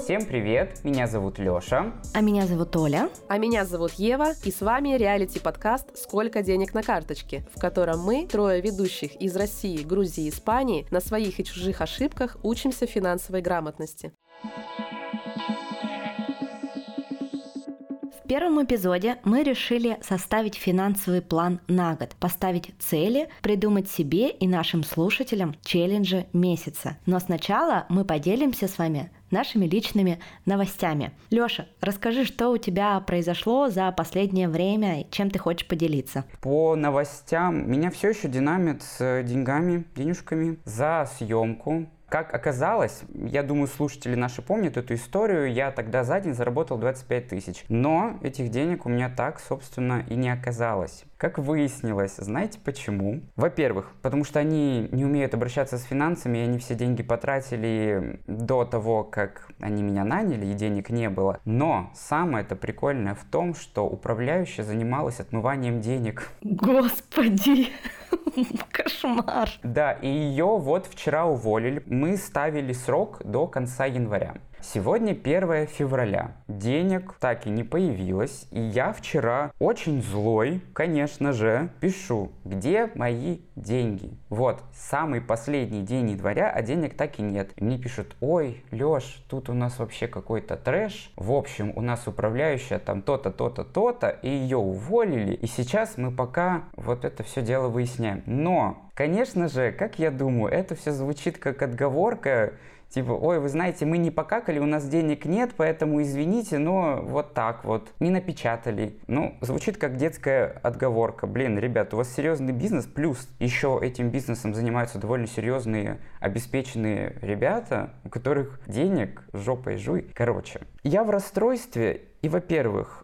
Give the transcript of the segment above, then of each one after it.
Всем привет, меня зовут Лёша. А меня зовут Оля. А меня зовут Ева, и с вами реалити-подкаст «Сколько денег на карточке», в котором мы, трое ведущих из России, Грузии и Испании, на своих и чужих ошибках учимся финансовой грамотности. В первом эпизоде мы решили составить финансовый план на год, поставить цели, придумать себе и нашим слушателям челленджи месяца. Но сначала мы поделимся с вами нашими личными новостями. Лёша, расскажи, что у тебя произошло за последнее время и чем ты хочешь поделиться? По новостям меня все еще динамит с денежками за съемку. Как оказалось, я думаю, слушатели наши помнят эту историю, я тогда за день заработал 25 тысяч. Но этих денег у меня так, собственно, и не оказалось. Как выяснилось, знаете почему? Во-первых, потому что они не умеют обращаться с финансами, и они все деньги потратили до того, как они меня наняли, и денег не было. Но самое-то прикольное в том, что управляющая занималась отмыванием денег. Господи! Кошмар. Да, и ее вот вчера уволили. Мы ставили срок до конца января. Сегодня 1 февраля. Денег так и не появилось. И я вчера очень злой, конечно же, пишу, где мои деньги? Вот, самый последний день января, а денег так и нет. И мне пишут: ой, Лёш, тут у нас вообще какой-то трэш. В общем, у нас управляющая там то-то, то-то, то-то, и ее уволили. И сейчас мы пока вот это все дело выясняем. Но, конечно же, как я думаю, это все звучит как отговорка. Типа, ой, вы знаете, мы не покакали, у нас денег нет, поэтому извините, но вот так вот, не напечатали. Ну, звучит как детская отговорка. Блин, ребят, у вас серьезный бизнес, плюс еще этим бизнесом занимаются довольно серьезные, обеспеченные ребята, у которых денег жопой жуй. Короче, я в расстройстве, и, во-первых,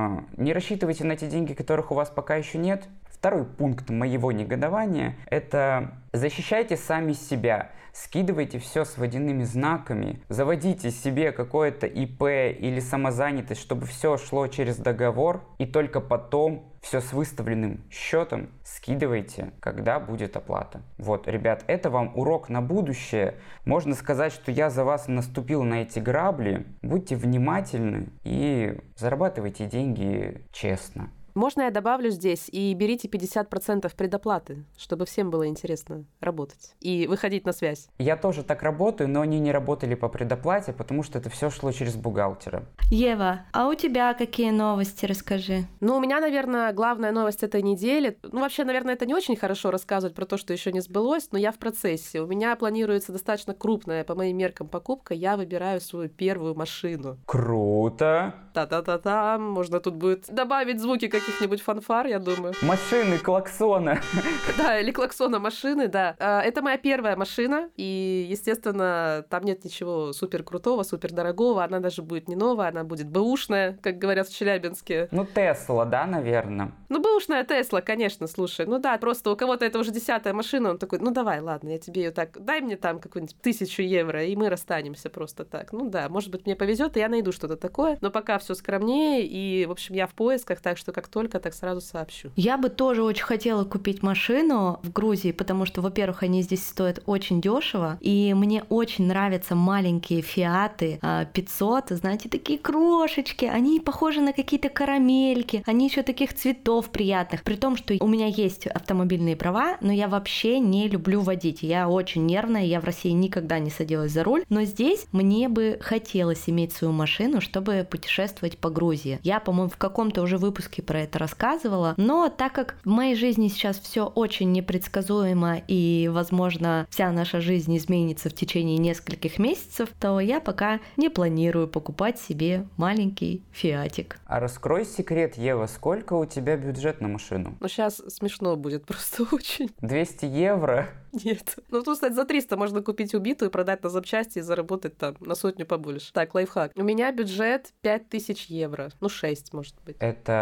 не рассчитывайте на те деньги, которых у вас пока еще нет. Второй пункт моего негодования – это защищайте сами себя, скидывайте все с водяными знаками, заводите себе какое-то ИП или самозанятость, чтобы все шло через договор, и только потом все с выставленным счетом скидывайте, когда будет оплата. Вот, ребят, это вам урок на будущее. Можно сказать, что я за вас наступил на эти грабли. Будьте внимательны и зарабатывайте деньги честно. Можно я добавлю здесь, и берите 50% предоплаты, чтобы всем было интересно работать и выходить на связь. Я тоже так работаю, но они не работали по предоплате, потому что это все шло через бухгалтера. Ева, а у тебя какие новости, расскажи? Ну, у меня, наверное, главная новость этой недели. Ну, вообще, наверное, это не очень хорошо рассказывать про то, что еще не сбылось, но я в процессе. У меня планируется достаточно крупная, по моим меркам, покупка. Я выбираю свою первую машину. Круто! Та-та-та-та! Можно тут будет добавить звуки каких-нибудь фанфар, я думаю. Машины, клаксона. Да, или клаксона машины, да. Это моя первая машина, и, естественно, там нет ничего супер крутого, супер дорогого. Она даже будет не новая, она будет бэушная, как говорят в Челябинске. Ну, Тесла, да, наверное? Ну, бэушная Тесла, конечно, слушай. Ну да, просто у кого-то это уже 10-я машина, он такой: ну давай, ладно, я тебе ее так, дай мне там какую-нибудь 1000 евро, и мы расстанемся просто так. Ну да, может быть, мне повезет, и я найду что-то такое, но пока все скромнее, и, в общем, я в поисках, так что как только, так сразу сообщу. Я бы тоже очень хотела купить машину в Грузии, потому что, во-первых, они здесь стоят очень дешево, и мне очень нравятся маленькие Фиаты 500, знаете, такие крошечки, они похожи на какие-то карамельки, они еще таких цветов приятных, при том, что у меня есть автомобильные права, но я вообще не люблю водить, я очень нервная, я в России никогда не садилась за руль, но здесь мне бы хотелось иметь свою машину, чтобы путешествовать по Грузии. Я, по-моему, в каком-то уже выпуске про это рассказывала, но так как в моей жизни сейчас все очень непредсказуемо и, возможно, вся наша жизнь изменится в течение нескольких месяцев, то я пока не планирую покупать себе маленький фиатик. А раскрой секрет, Ева, сколько у тебя бюджет на машину? Ну, сейчас смешно будет просто очень. 200 евро? Нет. Ну, тут, кстати, за 300 можно купить убитую, продать на запчасти и заработать там на 100 побольше. Так, лайфхак. У меня бюджет 5000 евро. Ну, 6, может быть. Это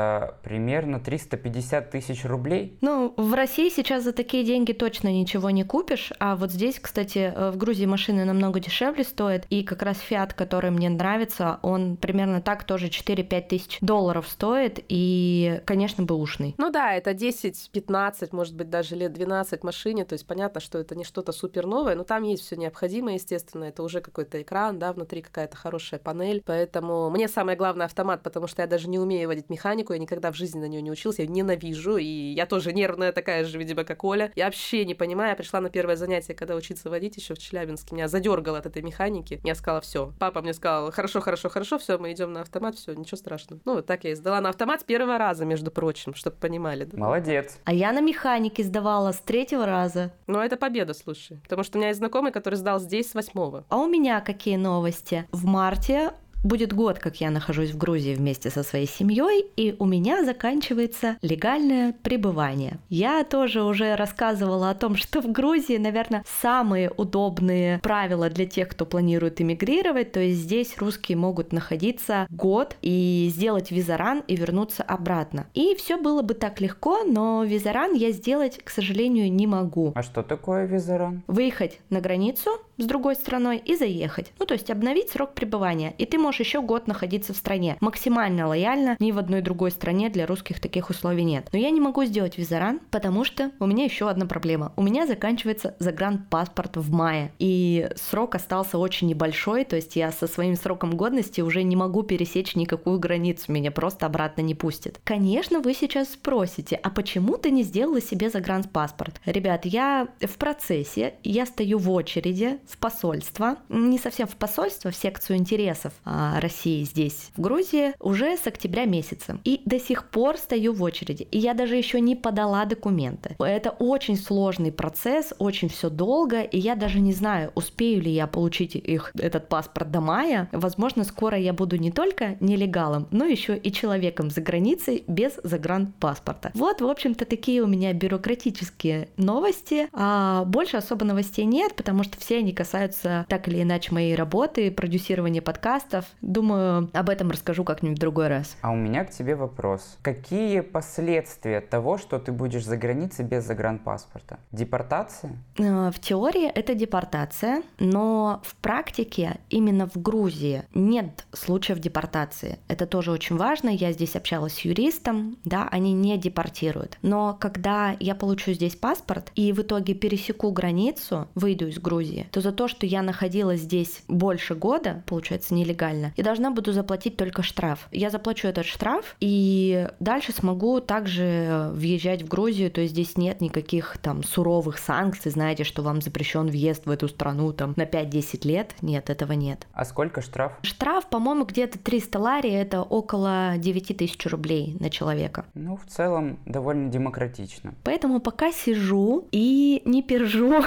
Примерно 350 тысяч рублей. Ну, в России сейчас за такие деньги точно ничего не купишь, а вот здесь, кстати, в Грузии машины намного дешевле стоят, и как раз Fiat, который мне нравится, он примерно так тоже 4-5 тысяч долларов стоит, и, конечно, бэушный. Ну да, это 10-15, может быть, даже лет 12 машине, то есть понятно, что это не что-то супер новое, но там есть все необходимое, естественно, это уже какой-то экран, да, внутри какая-то хорошая панель, поэтому мне самое главное автомат, потому что я даже не умею водить механику, я никогда в жизни на нее не учился, я ненавижу, и я тоже нервная такая же, видимо, как Оля. Я вообще не понимаю, я пришла на первое занятие, когда учиться водить еще в Челябинске, меня задергало от этой механики, я сказала, все. Папа мне сказал, хорошо, все, мы идем на автомат, все, ничего страшного. Ну, вот так я и сдала на автомат с первого раза, между прочим, чтобы понимали. Да? Молодец. А я на механике сдавала с 3-го раза. Ну, это победа, слушай, потому что у меня есть знакомый, который сдал здесь с 8-го. А у меня какие новости? В марте будет год, как я нахожусь в Грузии вместе со своей семьей, и у меня заканчивается легальное пребывание. Я тоже уже рассказывала о том, что в Грузии, наверное, самые удобные правила для тех, кто планирует эмигрировать, то есть здесь русские могут находиться год и сделать визаран и вернуться обратно. И все было бы так легко, но визаран я сделать, к сожалению, не могу. А что такое визаран? Выехать на границу с другой страной и заехать. Ну, то есть обновить срок пребывания. И ты можешь еще год находиться в стране. Максимально лояльно, ни в одной другой стране для русских таких условий нет. Но я не могу сделать визаран, потому что у меня еще одна проблема. У меня заканчивается загранпаспорт в мае. И срок остался очень небольшой, то есть я со своим сроком годности уже не могу пересечь никакую границу, меня просто обратно не пустят. Конечно, вы сейчас спросите, а почему ты не сделала себе загранпаспорт? Ребят, я в процессе, я стою в очереди в посольство, не совсем в посольство, в секцию интересов России здесь, в Грузии, уже с октября месяца. И до сих пор стою в очереди. И я даже еще не подала документы. Это очень сложный процесс, очень все долго, и я даже не знаю, успею ли я получить этот паспорт до мая. Возможно, скоро я буду не только нелегалом, но еще и человеком за границей без загранпаспорта. Вот, в общем-то, такие у меня бюрократические новости. А больше особо новостей нет, потому что все они касаются так или иначе моей работы, продюсирования подкастов. Думаю, об этом расскажу как-нибудь в другой раз. А у меня к тебе вопрос. Какие последствия того, что ты будешь за границей без загранпаспорта? Депортация? В теории это депортация, но в практике именно в Грузии нет случаев депортации. Это тоже очень важно. Я здесь общалась с юристом, да, они не депортируют. Но когда я получу здесь паспорт и в итоге пересеку границу, выйду из Грузии, то за то, что я находилась здесь больше года, получается нелегально, я должна буду заплатить только штраф. Я заплачу этот штраф и дальше смогу также въезжать в Грузию, то есть здесь нет никаких там суровых санкций, знаете, что вам запрещен въезд в эту страну там на 5-10 лет. Нет, этого нет. А сколько штраф? Штраф, по-моему, где-то 300 лари, это около 9000 рублей на человека. Ну, в целом, довольно демократично. Поэтому пока сижу и не пержу,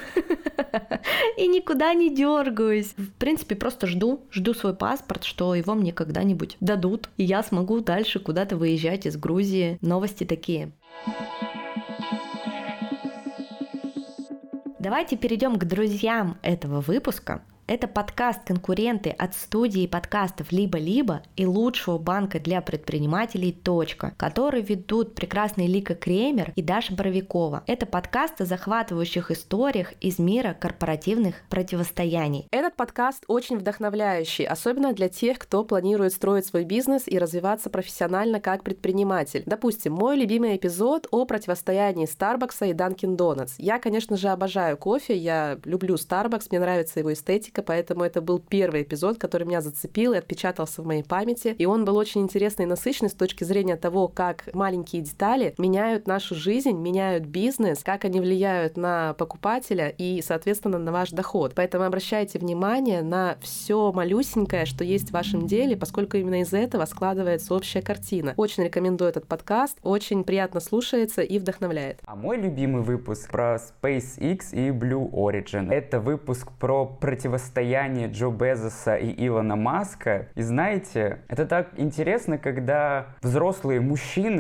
и никуда не дергаюсь. В принципе, просто жду свой паспорт, что его мне когда-нибудь дадут, и я смогу дальше куда-то выезжать из Грузии. Новости такие. Давайте перейдем к друзьям этого выпуска. Это подкаст «Конкуренты» от студии подкастов «Либо-либо» и лучшего банка для предпринимателей «Точка», который ведут прекрасный Лика Кремер и Даша Боровикова. Это подкаст о захватывающих историях из мира корпоративных противостояний. Этот подкаст очень вдохновляющий, особенно для тех, кто планирует строить свой бизнес и развиваться профессионально как предприниматель. Допустим, мой любимый эпизод о противостоянии Starbucks и Dunkin' Donuts. Я, конечно же, обожаю кофе, я люблю Starbucks, мне нравится его эстетика, поэтому это был первый эпизод, который меня зацепил и отпечатался в моей памяти. И он был очень интересный и насыщенный с точки зрения того, как маленькие детали меняют нашу жизнь, меняют бизнес, как они влияют на покупателя и, соответственно, на ваш доход. Поэтому обращайте внимание на все малюсенькое, что есть в вашем деле, поскольку именно из этого складывается общая картина. Очень рекомендую этот подкаст, очень приятно слушается и вдохновляет. А мой любимый выпуск про SpaceX и Blue Origin. Это выпуск про противостояние Джо Безоса и Илона Маска. И знаете, это так интересно, когда взрослые мужчины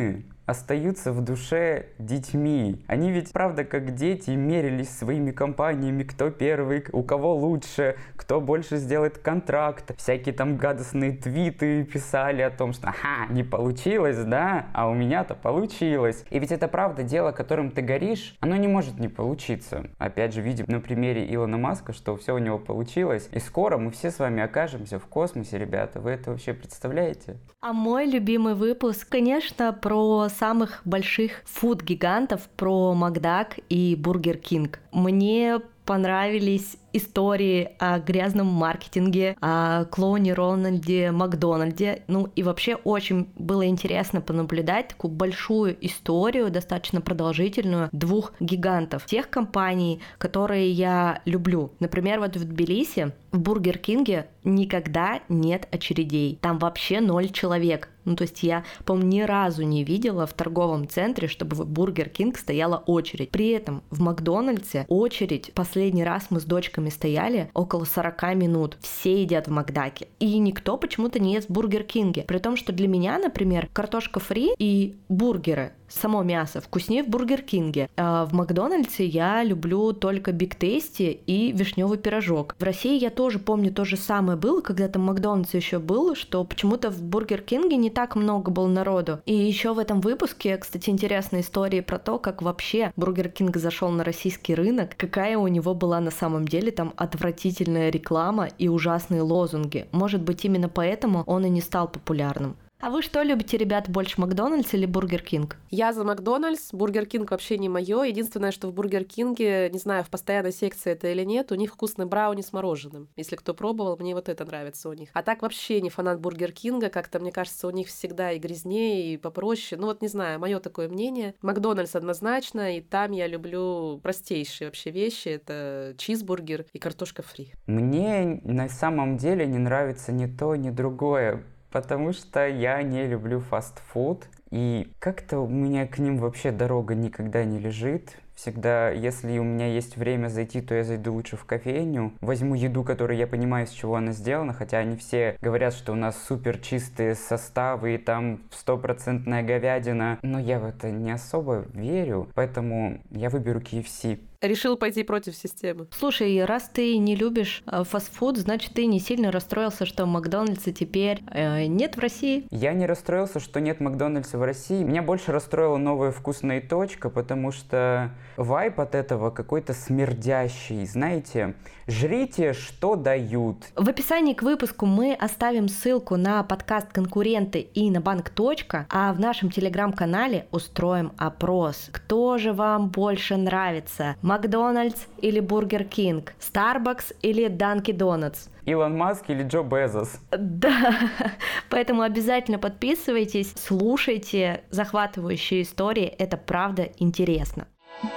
остаются в душе детьми. Они ведь, правда, как дети, мерились своими компаниями, кто первый, у кого лучше, кто больше сделает контракт. Всякие там гадостные твиты писали о том, что «ага, не получилось, да? А у меня-то получилось». И ведь это правда, дело, которым ты горишь, оно не может не получиться. Опять же, видим на примере Илона Маска, что все у него получилось. И скоро мы все с вами окажемся в космосе, ребята. Вы это вообще представляете? А мой любимый выпуск, конечно, про самых больших фуд-гигантов, про Макдак и Бургер Кинг. Мне понравились истории о грязном маркетинге, о клоуне Рональде Макдональде. Ну и вообще очень было интересно понаблюдать такую большую историю, достаточно продолжительную, двух гигантов. Тех компаний, которые я люблю. Например, вот в Тбилиси в Бургер Кинге никогда нет очередей. Там вообще 0 человек. Ну, то есть я, по-моему, ни разу не видела в торговом центре, чтобы в Бургер Кинг стояла очередь. При этом в Макдональдсе очередь, последний раз мы с дочками стояли около 40 минут. Все едят в Макдаке. И никто почему-то не ест в Бургер Кинге. При том, что для меня, например, картошка фри и бургеры, само мясо вкуснее в Бургер Кинге. А в Макдональдсе я люблю только Биг Тейсти и вишневый пирожок. В России я тоже помню, то же самое было, когда там Макдональдс еще был, что почему-то в Бургер Кинге не так много было народу. И еще в этом выпуске, кстати, интересная история про то, как вообще Бургер Кинг зашел на российский рынок, какая у него была на самом деле там отвратительная реклама и ужасные лозунги. Может быть, именно поэтому он и не стал популярным. А вы что любите, ребят, больше Макдональдс или Бургер Кинг? Я за Макдональдс, Бургер Кинг вообще не мое. Единственное, что в Бургер Кинге, не знаю, в постоянной секции это или нет, у них вкусный брауни с мороженым. Если кто пробовал, мне вот это нравится у них. А так вообще не фанат Бургер Кинга, как-то, мне кажется, у них всегда и грязнее, и попроще. Ну вот не знаю, мое такое мнение. Макдональдс однозначно, и там я люблю простейшие вообще вещи. Это чизбургер и картошка фри. Мне на самом деле не нравится ни то, ни другое. Потому что я не люблю фастфуд, и как-то у меня к ним вообще дорога никогда не лежит. Всегда, если у меня есть время зайти, то я зайду лучше в кофейню, возьму еду, которую я понимаю, с чего она сделана, хотя они все говорят, что у нас супер чистые составы и там 100% говядина, но я в это не особо верю, поэтому я выберу KFC. Решил пойти против системы. Слушай, раз ты не любишь фастфуд, значит, ты не сильно расстроился, что Макдональдса теперь нет в России? Я не расстроился, что нет Макдональдса в России. Меня больше расстроила новая вкусная точка, потому что вайб от этого какой-то смердящий. Знаете, жрите, что дают. В описании к выпуску мы оставим ссылку на подкаст «Конкуренты» и на банк. А в нашем телеграм-канале устроим опрос. Кто же вам больше нравится? Макдональдс или Бургер Кинг? Старбакс или Данки Донатс? Илон Маск или Джо Безос? Да, поэтому обязательно подписывайтесь, слушайте захватывающие истории, это правда интересно.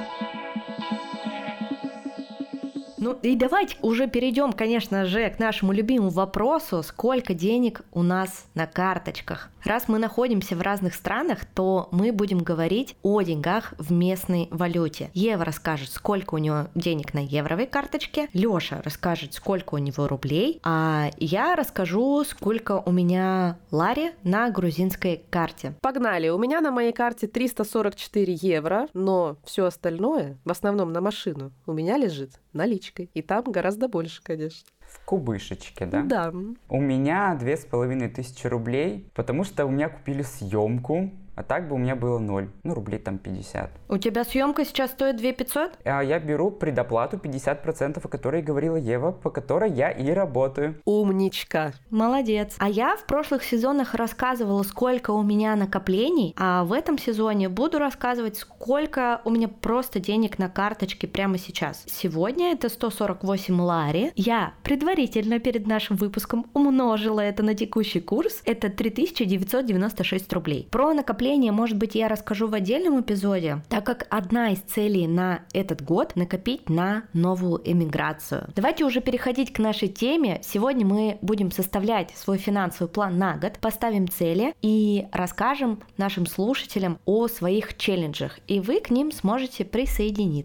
Ну и давайте уже перейдем, конечно же, к нашему любимому вопросу, сколько денег у нас на карточках. Раз мы находимся в разных странах, то мы будем говорить о деньгах в местной валюте. Ева расскажет, сколько у него денег на евровой карточке, Лёша расскажет, сколько у него рублей, а я расскажу, сколько у меня лари на грузинской карте. Погнали! У меня на моей карте 344 евро, но все остальное, в основном на машину, у меня лежит наличкой. И там гораздо больше, конечно. В кубышечке, да? Да. У меня 2500 рублей, потому что у меня купили съемку, а так бы у меня было 0. Ну, рублей там 50. У тебя съемка сейчас стоит 2500? А я беру предоплату 50%, о которой говорила Ева, по которой я и работаю. Умничка. Молодец. А я в прошлых сезонах рассказывала, сколько у меня накоплений, а в этом сезоне буду рассказывать, сколько у меня просто денег на карточке прямо сейчас. Сегодня это 148 лари. Я предварительно перед нашим выпуском умножила это на текущий курс. Это 3996 рублей. Про накопление, может быть, я расскажу в отдельном эпизоде, так как одна из целей на этот год — накопить на новую эмиграцию. Давайте уже переходить к нашей теме. Сегодня мы будем составлять свой финансовый план на год, поставим цели и расскажем нашим слушателям о своих челленджах, и вы к ним сможете присоединиться.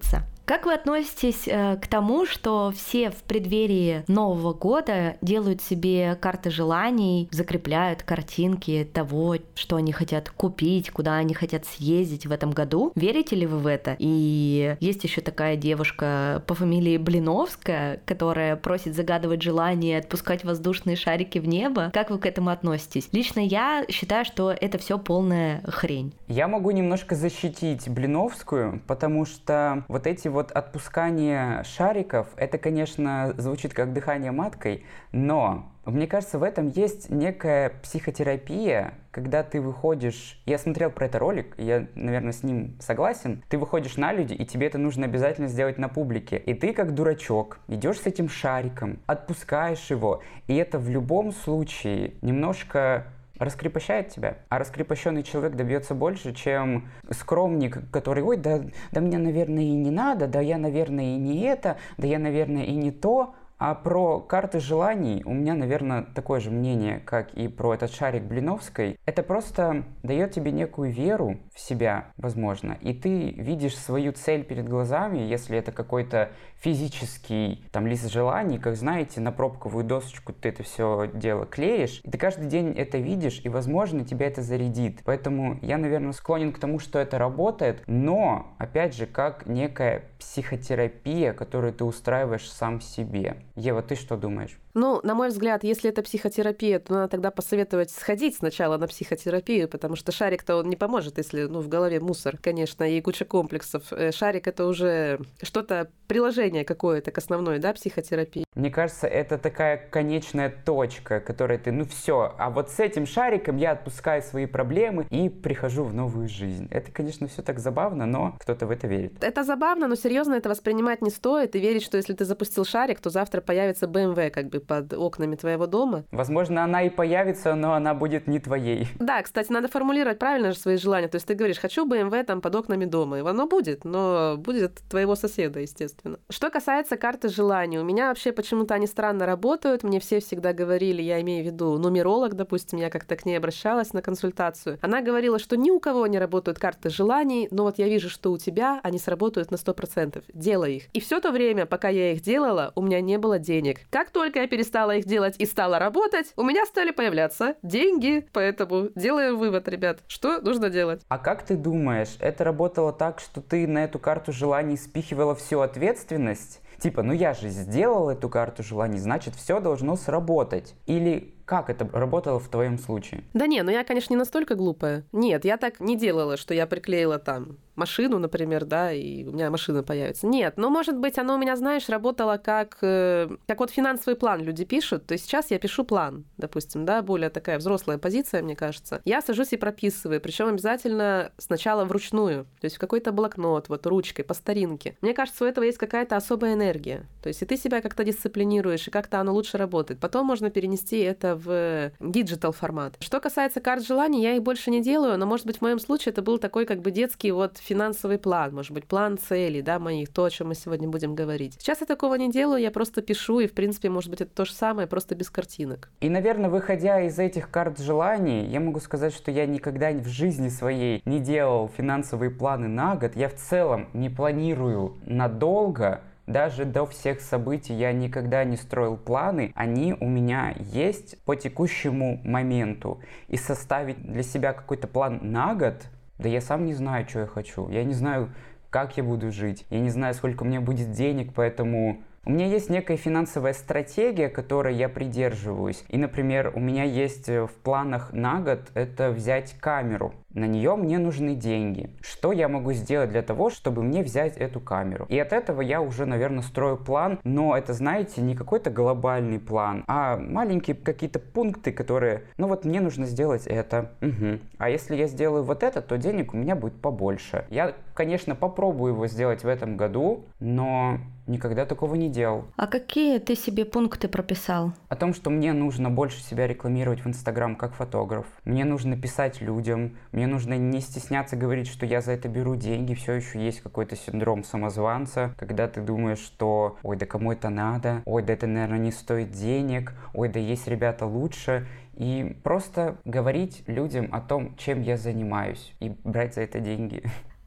Как вы относитесь к тому, что все в преддверии Нового года делают себе карты желаний, закрепляют картинки того, что они хотят купить, куда они хотят съездить в этом году? Верите ли вы в это? И есть еще такая девушка по фамилии Блиновская, которая просит загадывать желания, отпускать воздушные шарики в небо. Как вы к этому относитесь? Лично я считаю, что это все полная хрень. Я могу немножко защитить Блиновскую, потому что вот эти вот отпускания шариков, это, конечно, звучит как дыхание маткой, но мне кажется, в этом есть некая психотерапия, когда ты выходишь... Я смотрел про это ролик, я, наверное, с ним согласен. Ты выходишь на люди, и тебе это нужно обязательно сделать на публике. И ты, как дурачок, идешь с этим шариком, отпускаешь его, и это в любом случае немножко раскрепощает тебя. А раскрепощенный человек добьется больше, чем скромник, который, ой, да мне, наверное, и не надо, да я, наверное, и не это, да я, наверное, и не то. А про карты желаний у меня, наверное, такое же мнение, как и про этот шарик Блиновской. Это просто дает тебе некую веру в себя, возможно, и ты видишь свою цель перед глазами, если это какой-то физический там лист желаний, как знаете, на пробковую досочку ты это все дело клеишь, и ты каждый день это видишь, и, возможно, тебя это зарядит. Поэтому я, наверное, склонен к тому, что это работает, но, опять же, как некая психотерапия, которую ты устраиваешь сам себе. Ева, ты что думаешь? Ну, на мой взгляд, если это психотерапия, то надо тогда посоветовать сходить сначала на психотерапию, потому что шарик-то он не поможет, если, в голове мусор, конечно, и куча комплексов. Шарик — это уже что-то, приложение какое-то к основной, психотерапии. Мне кажется, это такая конечная точка, которой ты, все, а вот с этим шариком я отпускаю свои проблемы и прихожу в новую жизнь. Это, конечно, все так забавно, но кто-то в это верит. Это забавно, но серьезно это воспринимать не стоит и верить, что если ты запустил шарик, то завтра появится BMW, под окнами твоего дома. Возможно, она и появится, но она будет не твоей. Да, кстати, надо формулировать правильно же свои желания. То есть ты говоришь, хочу BMW под окнами дома. И оно будет, но будет твоего соседа, естественно. Что касается карты желаний, у меня вообще почему-то они странно работают. Мне все всегда говорили, я имею в виду нумеролог, допустим, я как-то к ней обращалась на консультацию. Она говорила, что ни у кого не работают карты желаний, но вот я вижу, что у тебя они сработают на 100%. Делай их. И все то время, пока я их делала, у меня не было денег. Как только я перестала их делать и стала работать, у меня стали появляться деньги. Поэтому делаем вывод, ребят, что нужно делать. А как ты думаешь, это работало так, что ты на эту карту желаний спихивала всю ответственность? Типа, я же сделал эту карту желаний, значит, все должно сработать. Или как это работало в твоем случае? Да не, я, конечно, не настолько глупая. Нет, я так не делала, что я приклеила там машину, например, и у меня машина появится. Нет, может быть, оно у меня, знаешь, работало как вот финансовый план люди пишут. То есть сейчас я пишу план, допустим, более такая взрослая позиция, мне кажется. Я сажусь и прописываю, причем обязательно сначала вручную, то есть в какой-то блокнот, ручкой, по старинке. Мне кажется, у этого есть какая-то особая энергия. То есть и ты себя как-то дисциплинируешь, и как-то оно лучше работает. Потом можно перенести это в диджитал формат. Что касается карт желаний, я их больше не делаю, но, может быть, в моем случае это был такой детский финансовый план, может быть, план целей, моих, то, о чем мы сегодня будем говорить. Сейчас я такого не делаю, я просто пишу, и, в принципе, может быть, это то же самое, просто без картинок. И, наверное, выходя из этих карт желаний, я могу сказать, что я никогда в жизни своей не делал финансовые планы на год. Я в целом не планирую надолго. Даже до всех событий я никогда не строил планы, они у меня есть по текущему моменту. И составить для себя какой-то план на год, да я сам не знаю, что я хочу. Я не знаю, как я буду жить. Я не знаю, сколько у меня будет денег, поэтому... У меня есть некая финансовая стратегия, которой я придерживаюсь. И, например, у меня есть в планах на год это взять камеру. На нее мне нужны деньги. Что я могу сделать для того, чтобы мне взять эту камеру? И от этого я уже, наверное, строю план. Но это, знаете, не какой-то глобальный план, а маленькие какие-то пункты, которые... мне нужно сделать это. Угу. А если я сделаю вот это, то денег у меня будет побольше. Я, конечно, попробую его сделать в этом году, но... никогда такого не делал. А какие ты себе пункты прописал? О том, что мне нужно больше себя рекламировать в Инстаграм как фотограф. Мне нужно писать людям. Мне нужно не стесняться говорить, что я за это беру деньги. Все еще есть какой-то синдром самозванца, когда ты думаешь, что ой, да кому это надо? Ой, да это, наверное, не стоит денег. Ой, да есть ребята лучше. И просто говорить людям о том, чем я занимаюсь. И брать за это деньги.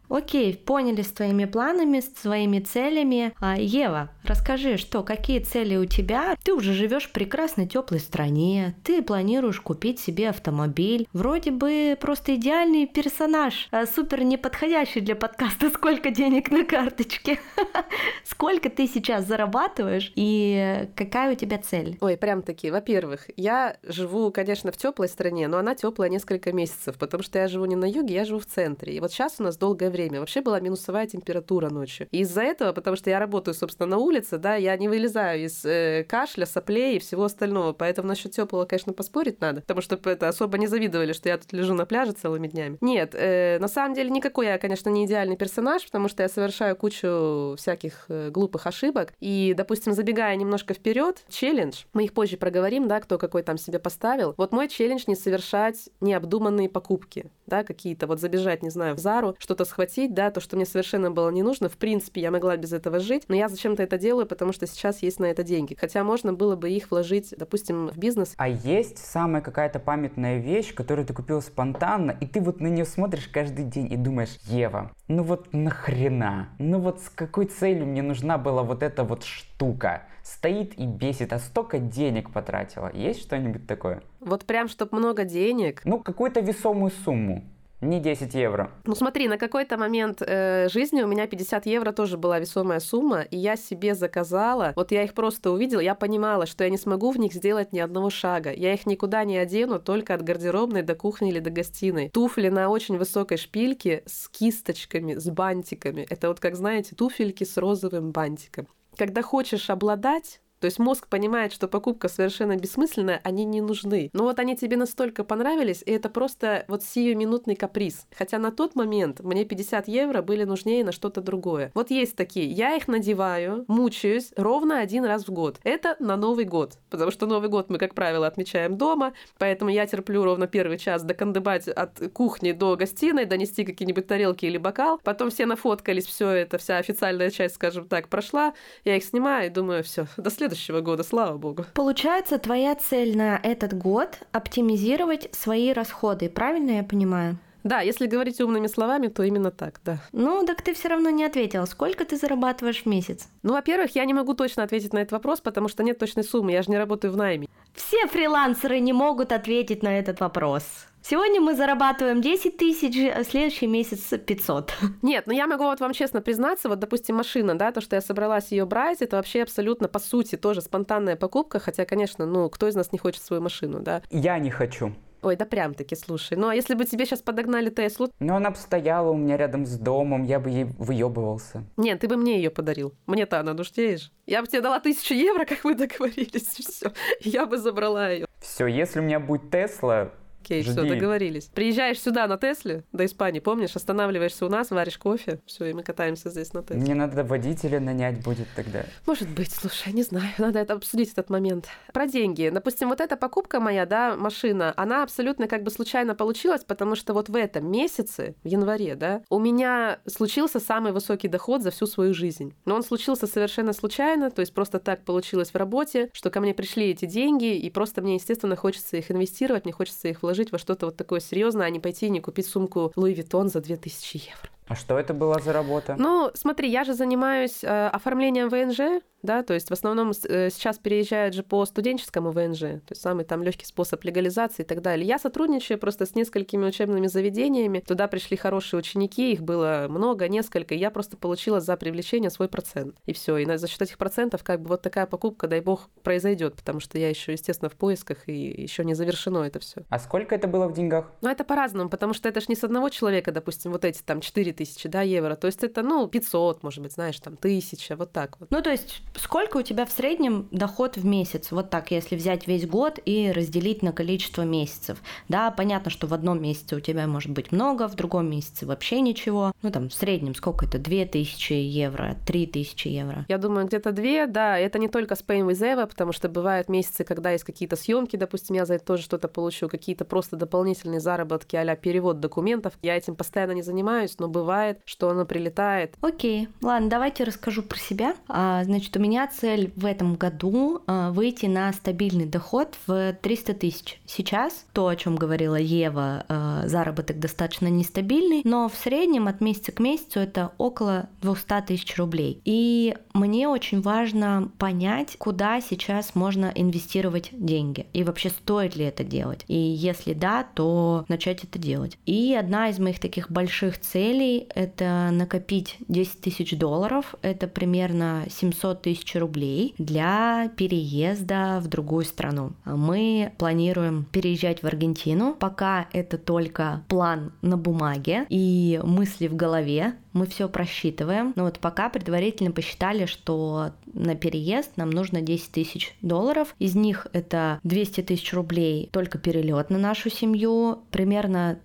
Окей, поняли с твоими планами, с своими целями. Ева, расскажи, какие цели у тебя? Ты уже живешь в прекрасной теплой стране, ты планируешь купить себе автомобиль. Вроде бы просто идеальный персонаж, супер неподходящий для подкаста «Сколько денег на карточке?». Сколько ты сейчас зарабатываешь и какая у тебя цель? Ой, прям таки. Во-первых, я живу, конечно, в теплой стране, но она теплая несколько месяцев, потому что я живу не на юге, я живу в центре. И вот сейчас у нас долгое время вообще была минусовая температура ночью. И из-за этого, потому что я работаю, собственно, на улице, да, я не вылезаю из кашля, соплей и всего остального. Поэтому насчет теплого, конечно, поспорить надо, потому что это особо не завидовали, что я тут лежу на пляже целыми днями. Нет, на самом деле никакой я, конечно, не идеальный персонаж, потому что я совершаю кучу всяких глупых ошибок. И, допустим, забегая немножко вперед, челлендж, мы их позже проговорим, да, кто какой там себе поставил. Вот мой челлендж не совершать необдуманные покупки, да, какие-то вот забежать, не знаю, в Зару, что-то схватить, да, то, что мне совершенно было не нужно. В принципе, я могла без этого жить, но я зачем-то это делаю, потому что сейчас есть на это деньги. Хотя можно было бы их вложить, допустим, в бизнес. А есть самая какая-то памятная вещь, которую ты купил спонтанно, и ты вот на нее смотришь каждый день и думаешь: Ева, ну вот нахрена? Ну вот с какой целью мне нужна была вот эта вот штука? Стоит и бесит, а столько денег потратила. Есть что-нибудь такое? Вот прям, чтоб много денег. Ну, какую-то весомую сумму. Не 10 евро. Ну смотри, на какой-то момент жизни у меня 50 евро тоже была весомая сумма, и я себе заказала, вот я их просто увидела, я понимала, что я не смогу в них сделать ни одного шага. Я их никуда не одену, только от гардеробной до кухни или до гостиной. Туфли на очень высокой шпильке с кисточками, с бантиками. Это вот, как знаете, туфельки с розовым бантиком. Когда хочешь обладать, то есть мозг понимает, что покупка совершенно бессмысленная, они не нужны. Но вот они тебе настолько понравились, и это просто вот сиюминутный каприз. Хотя на тот момент мне 50 евро были нужнее на что-то другое. Вот есть такие. Я их надеваю, мучаюсь ровно один раз в год. Это на Новый год. Потому что Новый год мы, как правило, отмечаем дома, поэтому я терплю ровно первый час докандыбать от кухни до гостиной, донести какие-нибудь тарелки или бокал. Потом все нафоткались, все это, вся официальная часть, скажем так, прошла. Я их снимаю и думаю: все, до следующего года, слава богу. Получается, твоя цель на этот год — оптимизировать свои расходы, правильно я понимаю? Да, если говорить умными словами, то именно так, да. Ну, так ты все равно не ответила. Сколько ты зарабатываешь в месяц? Ну, во-первых, я не могу точно ответить на этот вопрос, потому что нет точной суммы, я же не работаю в найме. Все фрилансеры не могут ответить на этот вопрос. Сегодня мы зарабатываем 10 тысяч, а следующий месяц 500. Нет, но я могу вот вам честно признаться, вот, допустим, машина, да, то, что я собралась ее брать, это вообще абсолютно, по сути, тоже спонтанная покупка, хотя, конечно, ну, кто из нас не хочет свою машину, да? Я не хочу. Ой, да прям-таки, слушай. Ну, а если бы тебе сейчас подогнали Теслу? Но она бы стояла у меня рядом с домом, я бы ей выебывался. Нет, ты бы мне ее подарил. Мне-то она нужнее же. Я бы тебе дала 1000 евро, как мы договорились, и все. Я бы забрала ее. Все, если у меня будет Тесла, Окей, все, договорились. Приезжаешь сюда на Тесле, до Испании, помнишь, останавливаешься у нас, варишь кофе, все, и мы катаемся здесь на Тесле. Мне надо водителя нанять будет тогда. Может быть, слушай, не знаю, надо это обсудить, этот момент. Про деньги. Допустим, вот эта покупка моя, да, машина, она абсолютно как бы случайно получилась, потому что вот в этом месяце, в январе, да, у меня случился самый высокий доход за всю свою жизнь. Но он случился совершенно случайно, то есть просто так получилось в работе, что ко мне пришли эти деньги, и просто мне, естественно, хочется их инвестировать, мне хочется их вложить во что-то вот такое серьезное, а не пойти и не купить сумку Louis Vuitton за 2000 евро. А что это была за работа? Ну, смотри, я же занимаюсь оформлением ВНЖ, да, то есть в основном сейчас переезжают же по студенческому ВНЖ, то есть самый там легкий способ легализации и так далее. Я сотрудничаю просто с несколькими учебными заведениями, туда пришли хорошие ученики, их было много, несколько, и я просто получила за привлечение свой процент. И все, и за счет этих процентов как бы вот такая покупка, дай бог, произойдет, потому что я еще, естественно, в поисках, и еще не завершено это все. А сколько это было в деньгах? Ну, это по-разному, потому что это ж не с одного человека, допустим, вот эти там 4000, да, евро, то есть это, ну, 500, может быть, знаешь, там 1000, вот так вот. Ну, то есть сколько у тебя в среднем доход в месяц? Вот так, если взять весь год и разделить на количество месяцев. Да, понятно, что в одном месяце у тебя может быть много, в другом месяце вообще ничего. Ну, там, в среднем сколько это? 2000 евро, 3000 евро? Я думаю, где-то 2, да. Это не только с Pay with Eva, потому что бывают месяцы, когда есть какие-то съемки, допустим, я за это тоже что-то получу, какие-то просто дополнительные заработки а-ля перевод документов. Я этим постоянно не занимаюсь, но бывает, что оно прилетает. Окей, ладно, давайте расскажу про себя. Значит, у меня цель в этом году выйти на стабильный доход в 300 тысяч. Сейчас, то, о чем говорила Ева, заработок достаточно нестабильный, но в среднем от месяца к месяцу это около 200 тысяч рублей. И мне очень важно понять, куда сейчас можно инвестировать деньги. И вообще стоит ли это делать. И если да, то начать это делать. И одна из моих таких больших целей — это накопить 10 тысяч долларов. Это примерно 700 тысяч рублей для переезда в другую страну. Мы планируем переезжать в Аргентину. Пока это только план на бумаге и мысли в голове. Мы все просчитываем. Но вот пока предварительно посчитали, что на переезд нам нужно 10 тысяч долларов. Из них это 200 тысяч рублей только перелет на нашу семью. Примерно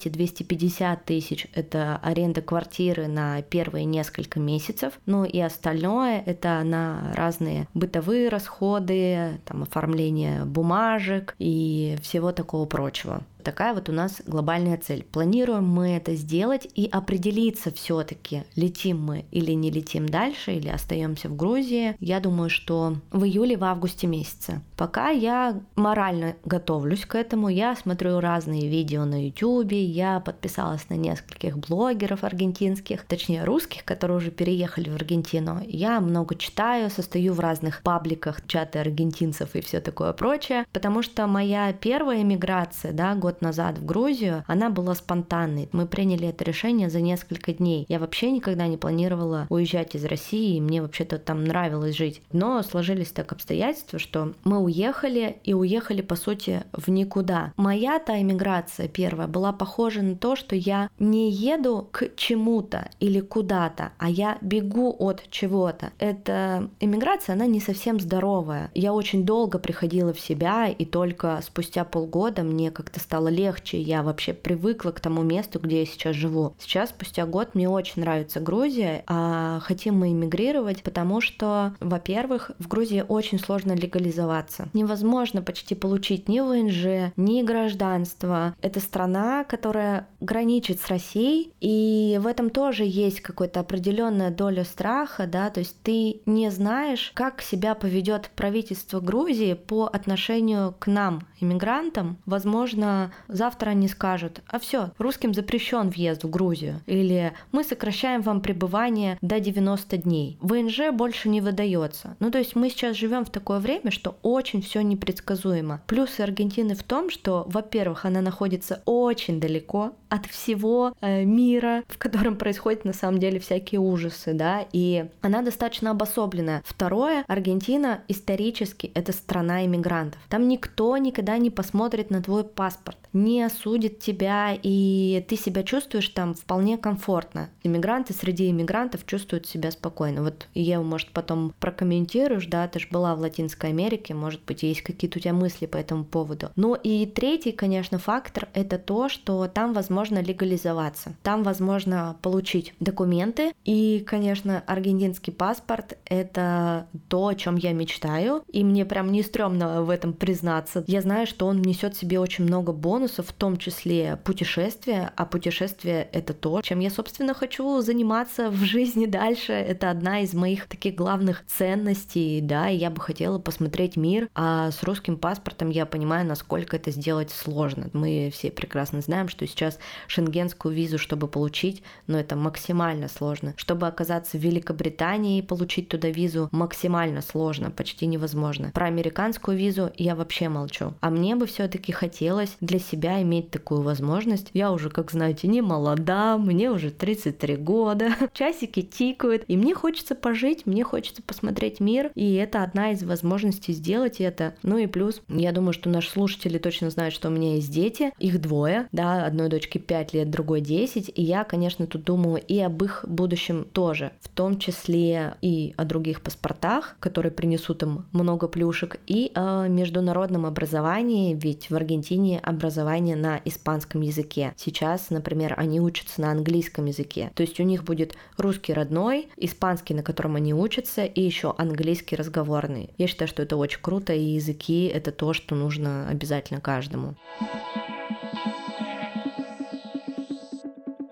200-250 тысяч это аренда квартиры на первые несколько месяцев. Ну и остальное это на разные бытовые расходы, там, оформление бумажек и всего такого прочего. Такая вот у нас глобальная цель. Планируем мы это сделать и определиться все-таки, летим мы или не летим дальше, или остаемся в Грузии. Я думаю, что в июле, в августе месяце. Пока я морально готовлюсь к этому, я смотрю разные видео на YouTube, я подписалась на нескольких блогеров аргентинских, точнее русских, которые уже переехали в Аргентину. Я много читаю, состою в разных пабликах, чаты аргентинцев и все такое прочее, потому что моя первая эмиграция, да, год назад в Грузию, она была спонтанной. Мы приняли это решение за несколько дней. Я вообще никогда не планировала уезжать из России, и мне вообще-то там нравилось жить. Но сложились так обстоятельства, что мы уехали, и уехали, по сути, в никуда. Моя-то эмиграция первая была похожа на то, что я не еду к чему-то или куда-то, а я бегу от чего-то. Эта эмиграция, она не совсем здоровая. Я очень долго приходила в себя, и только спустя полгода мне как-то стало легче, я вообще привыкла к тому месту, где я сейчас живу. Сейчас, спустя год, мне очень нравится Грузия, а хотим мы эмигрировать, потому что, во-первых, в Грузии очень сложно легализоваться. Невозможно почти получить ни ВНЖ, ни гражданство. Это страна, которая граничит с Россией, и в этом тоже есть какая-то определенная доля страха, да, то есть ты не знаешь, как себя поведет правительство Грузии по отношению к нам, иммигрантам. Возможно, завтра они скажут: а все, русским запрещен въезд в Грузию, или мы сокращаем вам пребывание до 90 дней. ВНЖ больше не выдается. Ну, то есть мы сейчас живем в такое время, что очень все непредсказуемо. Плюсы Аргентины в том, что, во-первых, она находится очень далеко от всего мира, в котором происходят на самом деле всякие ужасы, да, и она достаточно обособленная. Второе, Аргентина исторически это страна иммигрантов. Там никто никогда не посмотрит на твой паспорт, не осудит тебя, и ты себя чувствуешь там вполне комфортно. Иммигранты среди иммигрантов чувствуют себя спокойно. Вот Ева, может, потом прокомментируешь, да, ты же была в Латинской Америке, может быть, есть какие-то у тебя мысли по этому поводу. Ну и третий, конечно, фактор — это то, что там возможно легализоваться, там возможно получить документы, и, конечно, аргентинский паспорт — это то, о чем я мечтаю, и мне прям не стрёмно в этом признаться. Я знаю, что он несет в себе очень много бонусов, в том числе путешествия, а путешествие — это то, чем я, собственно, хочу заниматься в жизни дальше. Это одна из моих таких главных ценностей, да, и я бы хотела посмотреть мир, а с русским паспортом я понимаю, насколько это сделать сложно. Мы все прекрасно знаем, что сейчас шенгенскую визу, чтобы получить, но это максимально сложно. Чтобы оказаться в Великобритании и получить туда визу, максимально сложно, почти невозможно. Про американскую визу я вообще молчу. А мне бы все-таки хотелось для себя иметь такую возможность. Я уже, как знаете, не молода, мне уже 33 года, часики тикают, и мне хочется пожить, мне хочется посмотреть мир, и это одна из возможностей сделать это. Ну и плюс, я думаю, что наши слушатели точно знают, что у меня есть дети, их двое, да, одной дочке 5 лет, другой 10, и я, конечно, тут думаю и об их будущем тоже, в том числе и о других паспортах, которые принесут им много плюшек, и о международном образовании, ведь в Аргентине образование на испанском языке. Сейчас, например, они учатся на английском языке. То есть у них будет русский родной, испанский, на котором они учатся, и еще английский разговорный. Я считаю, что это очень круто, и языки — это то, что нужно обязательно каждому.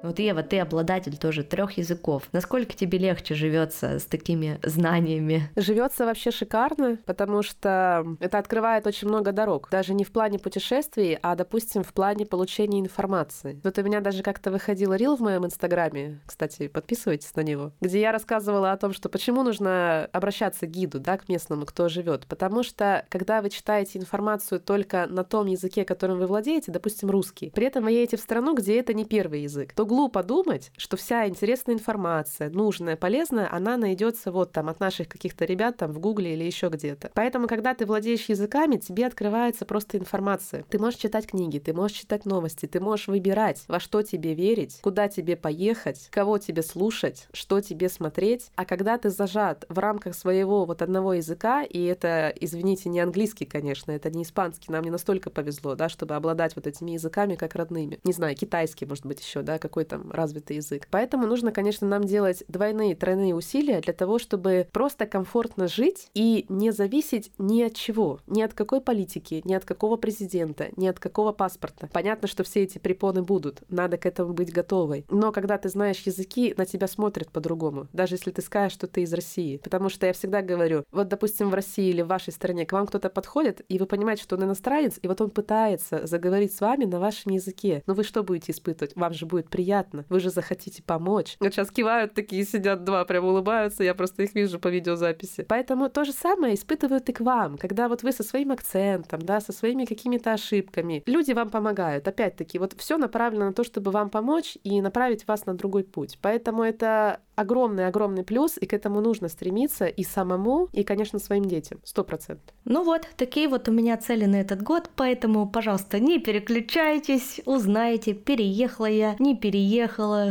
Вот, Ева, ты обладатель тоже 3 языков. Насколько тебе легче живется с такими знаниями? Живется вообще шикарно, потому что это открывает очень много дорог. Даже не в плане путешествий, а, допустим, в плане получения информации. Вот у меня даже как-то выходил рил в моем инстаграме, кстати, подписывайтесь на него, где я рассказывала о том, что почему нужно обращаться к гиду, да, к местному, кто живет. Потому что, когда вы читаете информацию только на том языке, которым вы владеете, допустим, русский, при этом вы едете в страну, где это не первый язык, то глупо думать, что вся интересная информация, нужная, полезная, она найдется вот там от наших каких-то ребят там в Гугле или еще где-то. Поэтому, когда ты владеешь языками, тебе открывается просто информация. Ты можешь читать книги, ты можешь читать новости, ты можешь выбирать, во что тебе верить, куда тебе поехать, кого тебе слушать, что тебе смотреть. А когда ты зажат в рамках своего вот одного языка, и это, извините, не английский, конечно, это не испанский, нам не настолько повезло, да, чтобы обладать вот этими языками как родными. Не знаю, китайский, может быть, еще, да, какой там развитый язык. Поэтому нужно, конечно, нам делать двойные, тройные усилия для того, чтобы просто комфортно жить и не зависеть ни от чего, ни от какой политики, ни от какого президента, ни от какого паспорта. Понятно, что все эти препоны будут, надо к этому быть готовой. Но когда ты знаешь языки, на тебя смотрят по-другому, даже если ты скажешь, что ты из России. Потому что я всегда говорю, вот, допустим, в России или в вашей стране к вам кто-то подходит, и вы понимаете, что он иностранец, и вот он пытается заговорить с вами на вашем языке. Но вы что будете испытывать? Вам же будет приятно, вы же захотите помочь. Вот сейчас кивают такие, сидят два, прям улыбаются, я просто их вижу по видеозаписи. Поэтому то же самое испытывают и к вам, когда вот вы со своим акцентом, да, со своими какими-то ошибками. Люди вам помогают. Опять-таки, вот все направлено на то, чтобы вам помочь и направить вас на другой путь. Поэтому это огромный-огромный плюс, и к этому нужно стремиться и самому, и, конечно, своим детям. 100%. Ну вот, такие вот у меня цели на этот год, поэтому, пожалуйста, не переключайтесь, узнайте, переехала я, не переехала,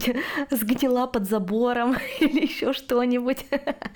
сгнила под забором или еще что-нибудь.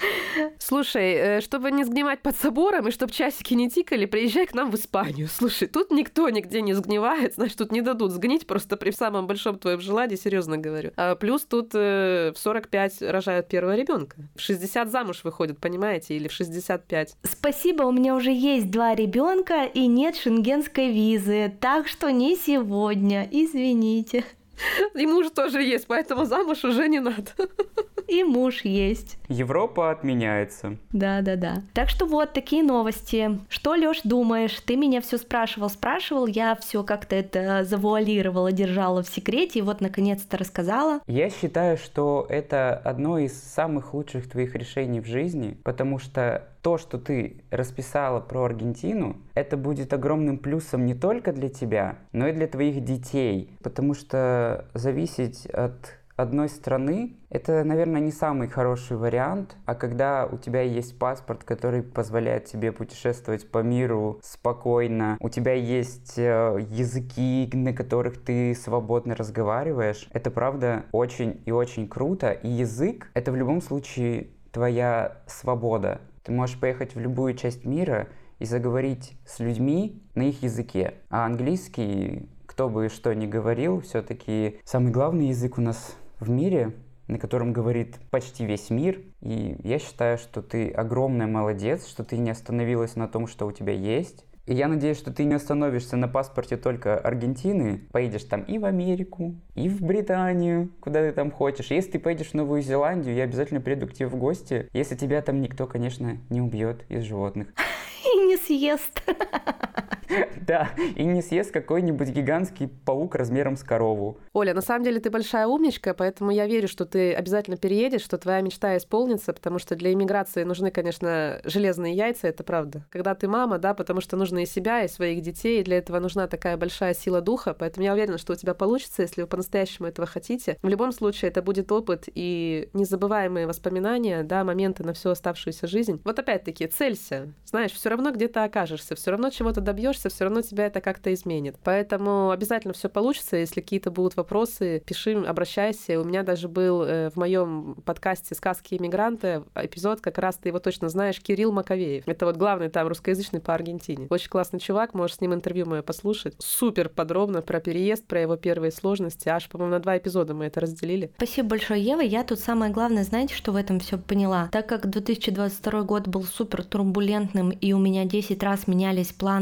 Слушай, чтобы не сгнивать под забором и чтобы часики не тикали, приезжай к нам в Испанию. Слушай, тут никто нигде не сгнивает, значит, тут не дадут сгнить просто при самом большом твоем желании, серьезно говорю. Плюс тут в 45 рожают первого ребенка, в 60 замуж выходят, понимаете, или в 65. Спасибо, у меня уже есть 2 ребенка и нет шенгенской визы, так что не сегодня, извините. И муж тоже есть, поэтому замуж уже не надо. И муж есть. Европа отменяется. Да. Так что вот такие новости. Что, Лёш, думаешь? Ты меня все спрашивал, я все как-то это завуалировала, держала в секрете, и вот наконец-то рассказала. Я считаю, что это одно из самых лучших твоих решений в жизни, потому что то, что ты расписала про Аргентину, это будет огромным плюсом не только для тебя, но и для твоих детей, потому что зависеть от одной страны — это, наверное, не самый хороший вариант, а когда у тебя есть паспорт, который позволяет тебе путешествовать по миру спокойно, у тебя есть языки, на которых ты свободно разговариваешь, это, правда, очень и очень круто, и язык — это в любом случае твоя свобода. Ты можешь поехать в любую часть мира и заговорить с людьми на их языке, а английский, кто бы что ни говорил, все-таки самый главный язык у нас в мире, на котором говорит почти весь мир. И я считаю, что ты огромная молодец, что ты не остановилась на том, что у тебя есть. И я надеюсь, что ты не остановишься на паспорте только Аргентины. Поедешь там и в Америку, и в Британию, куда ты там хочешь. Если ты поедешь в Новую Зеландию, я обязательно приеду к тебе в гости. Если тебя там никто, конечно, не убьет из животных. И не съест. Да, и не съест какой-нибудь гигантский паук размером с корову. Оля, на самом деле ты большая умничка, поэтому я верю, что ты обязательно переедешь, что твоя мечта исполнится, потому что для иммиграции нужны, конечно, железные яйца, это правда. Когда ты мама, да, потому что нужно и себя, и своих детей, и для этого нужна такая большая сила духа, поэтому я уверена, что у тебя получится, если вы по-настоящему этого хотите. В любом случае, это будет опыт и незабываемые воспоминания, да, моменты на всю оставшуюся жизнь. Вот опять-таки, целься. Знаешь, все равно где-то окажешься, все равно чего-то добьешься, все равно тебя это как-то изменит. Поэтому обязательно все получится. Если какие-то будут вопросы, пиши, обращайся. У меня даже был в моем подкасте «Сказки иммигранта» эпизод, как раз ты его точно знаешь, Кирилл Маковеев. Это вот главный там русскоязычный по Аргентине. Очень классный чувак, можешь с ним интервью мое послушать. Супер подробно про переезд, про его первые сложности. Аж, по-моему, на 2 эпизода мы это разделили. Спасибо большое, Ева. Я тут самое главное, знаете, что в этом все поняла? Так как 2022 год был супер турбулентным, и у меня 10 раз менялись планы, цели,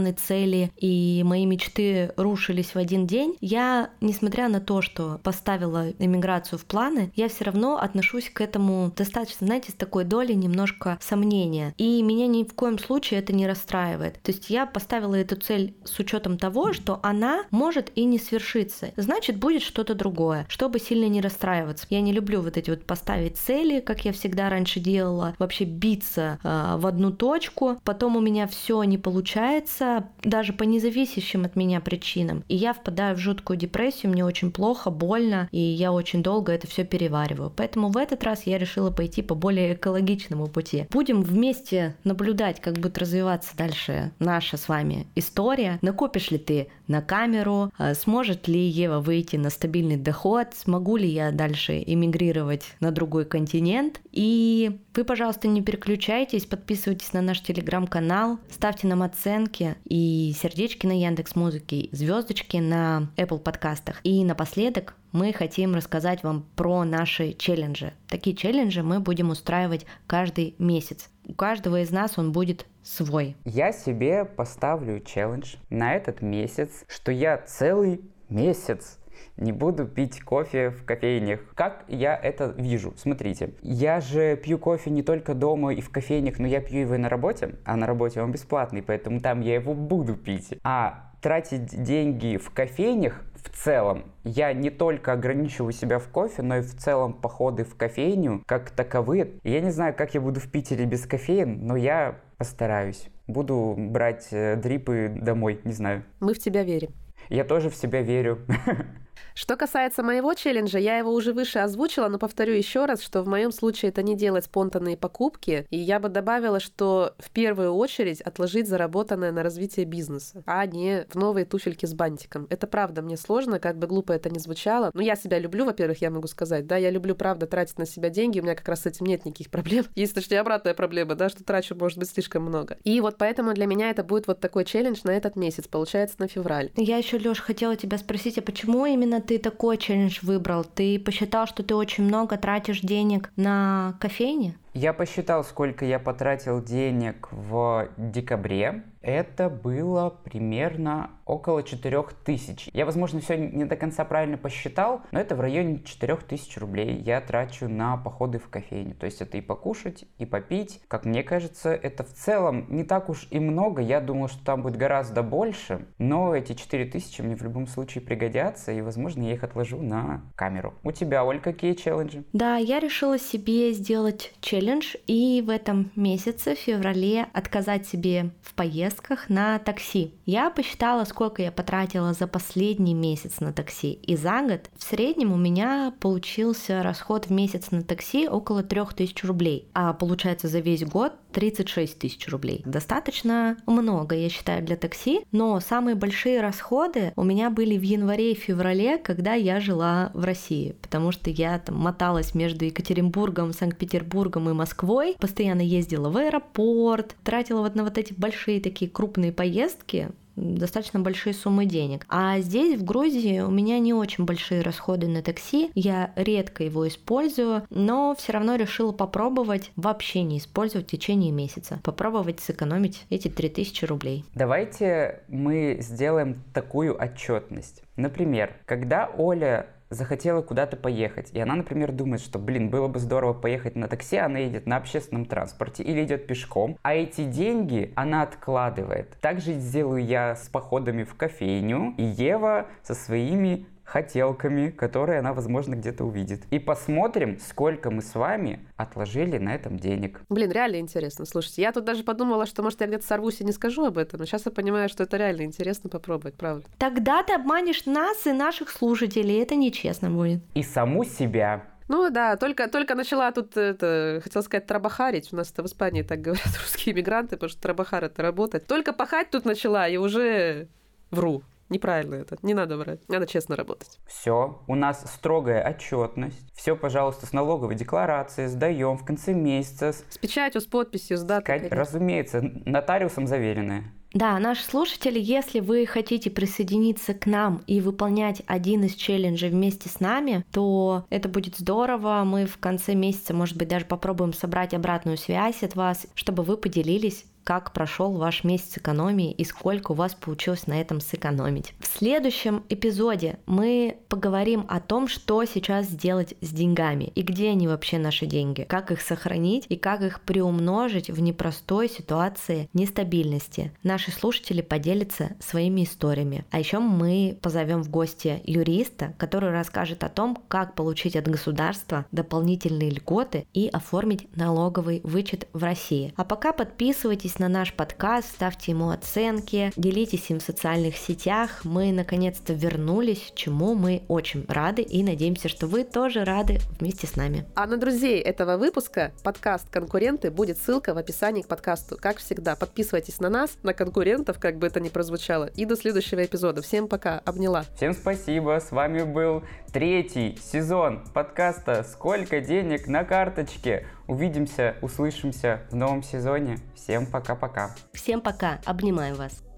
цели, и мои мечты рушились в один день, я, несмотря на то, что поставила эмиграцию в планы, я все равно отношусь к этому достаточно, знаете, с такой долей немножко сомнения. И меня ни в коем случае это не расстраивает. То есть я поставила эту цель с учетом того, что она может и не свершиться. Значит, будет что-то другое, чтобы сильно не расстраиваться. Я не люблю вот эти вот поставить цели, как я всегда раньше делала, вообще биться в одну точку. Потом у меня все не получается, даже по независящим от меня причинам. И я впадаю в жуткую депрессию, мне очень плохо, больно, и я очень долго это все перевариваю. Поэтому в этот раз я решила пойти по более экологичному пути. Будем вместе наблюдать, как будет развиваться дальше наша с вами история. Накопишь ли ты на камеру? Сможет ли Ева выйти на стабильный доход? Смогу ли я дальше эмигрировать на другой континент? И вы, пожалуйста, не переключайтесь, подписывайтесь на наш телеграм-канал, ставьте нам оценки и сердечки на Яндекс.Музыке, звездочки на Apple подкастах. И напоследок мы хотим рассказать вам про наши челленджи. Такие челленджи мы будем устраивать каждый месяц. У каждого из нас он будет свой. Я себе поставлю челлендж на этот месяц, что я целый месяц не буду пить кофе в кофейнях. Как я это вижу? Смотрите, я же пью кофе не только дома и в кофейнях, но я пью его и на работе, а на работе он бесплатный, поэтому там я его буду пить. А тратить деньги в кофейнях в целом, я не только ограничиваю себя в кофе, но и в целом походы в кофейню как таковые. Я не знаю, как я буду в Питере без кофеин, но я постараюсь. Буду брать дрипы домой, не знаю. Мы в тебя верим. Я тоже в себя верю. Что касается моего челленджа, я его уже выше озвучила, но повторю еще раз, что в моем случае это не делать спонтанные покупки, и я бы добавила, что в первую очередь отложить заработанное на развитие бизнеса, а не в новые туфельки с бантиком. Это правда, мне сложно, как бы глупо это ни звучало, но я себя люблю, во-первых, я могу сказать, да, я люблю, правда, тратить на себя деньги, у меня как раз с этим нет никаких проблем. Есть точнее обратная проблема, да, что трачу, может быть, слишком много. И вот поэтому для меня это будет вот такой челлендж на этот месяц, получается, на февраль. Я еще, Лёш, хотела тебя спросить, а почему именно ты такой челлендж выбрал? Ты посчитал, что ты очень много тратишь денег на кофейне? Я посчитал, сколько я потратил денег в декабре. Это было примерно около 4000. Я, возможно, все не до конца правильно посчитал, но это в районе 4000 рублей я трачу на походы в кофейню. То есть это и покушать, и попить. Как мне кажется, это в целом не так уж и много. Я думал, что там будет гораздо больше, но эти 4000 мне в любом случае пригодятся, и, возможно, я их отложу на камеру. У тебя, Оль, какие челленджи? Да, я решила себе сделать челлендж и в этом месяце, в феврале, отказать себе в поездках на такси. Я посчитала, сколько я потратила за последний месяц на такси, и за год в среднем у меня получился расход в месяц на такси около 3000 рублей, а получается за весь год 36 тысяч рублей. Достаточно много, я считаю, для такси, но самые большие расходы у меня были в январе и феврале, когда я жила в России, потому что я там моталась между Екатеринбургом, Санкт-Петербургом и Москвой, постоянно ездила в аэропорт, тратила вот на вот эти большие такие крупные поездки, достаточно большие суммы денег. А здесь, в Грузии, у меня не очень большие расходы на такси, я редко его использую, но все равно решила попробовать вообще не использовать в течение месяца. Попробовать сэкономить эти 3000 рублей. Давайте мы сделаем такую отчетность. Например, когда Оля захотела куда-то поехать, и она, например, думает, что, было бы здорово поехать на такси, она едет на общественном транспорте или идет пешком, а эти деньги она откладывает. Так же сделаю я с походами в кофейню, и Ева со своими хотелками, которые она, возможно, где-то увидит. И посмотрим, сколько мы с вами отложили на этом денег. Реально интересно. Слушайте, я тут даже подумала, что, может, я где-то сорвусь и не скажу об этом, но сейчас я понимаю, что это реально интересно попробовать, правда. Тогда ты обманешь нас и наших слушателей, это нечестно будет. И саму себя. Ну да, только начала тут, хотела сказать, трабахарить. У нас это в Испании так говорят русские иммигранты, потому что трабахар — это работать. Только пахать тут начала, и уже вру. Неправильно это, не надо врать, надо честно работать. Все, у нас строгая отчетность. Все, пожалуйста, с налоговой декларацией сдаем в конце месяца. С печатью, с подписью, с датой. Разумеется, нотариусом заверенная. Да, наши слушатели, если вы хотите присоединиться к нам и выполнять один из челленджей вместе с нами, то это будет здорово. Мы в конце месяца, может быть, даже попробуем собрать обратную связь от вас, чтобы вы поделились как прошел ваш месяц экономии и сколько у вас получилось на этом сэкономить. В следующем эпизоде мы поговорим о том, что сейчас сделать с деньгами и где они вообще наши деньги, как их сохранить и как их приумножить в непростой ситуации нестабильности. Наши слушатели поделятся своими историями. А еще мы позовем в гости юриста, который расскажет о том, как получить от государства дополнительные льготы и оформить налоговый вычет в России. А пока подписывайтесь на наш подкаст, ставьте ему оценки, делитесь им в социальных сетях. Мы наконец-то вернулись, чему мы очень рады и надеемся, что вы тоже рады вместе с нами. А на друзей этого выпуска, подкаст «Конкуренты», будет ссылка в описании к подкасту. Как всегда, подписывайтесь на нас, на конкурентов, как бы это ни прозвучало. И до следующего эпизода. Всем пока, обняла. Всем спасибо, с вами был 3-й сезон подкаста «Сколько денег на карточке?». Увидимся, услышимся в новом сезоне. Всем пока-пока. Всем пока, обнимаю вас.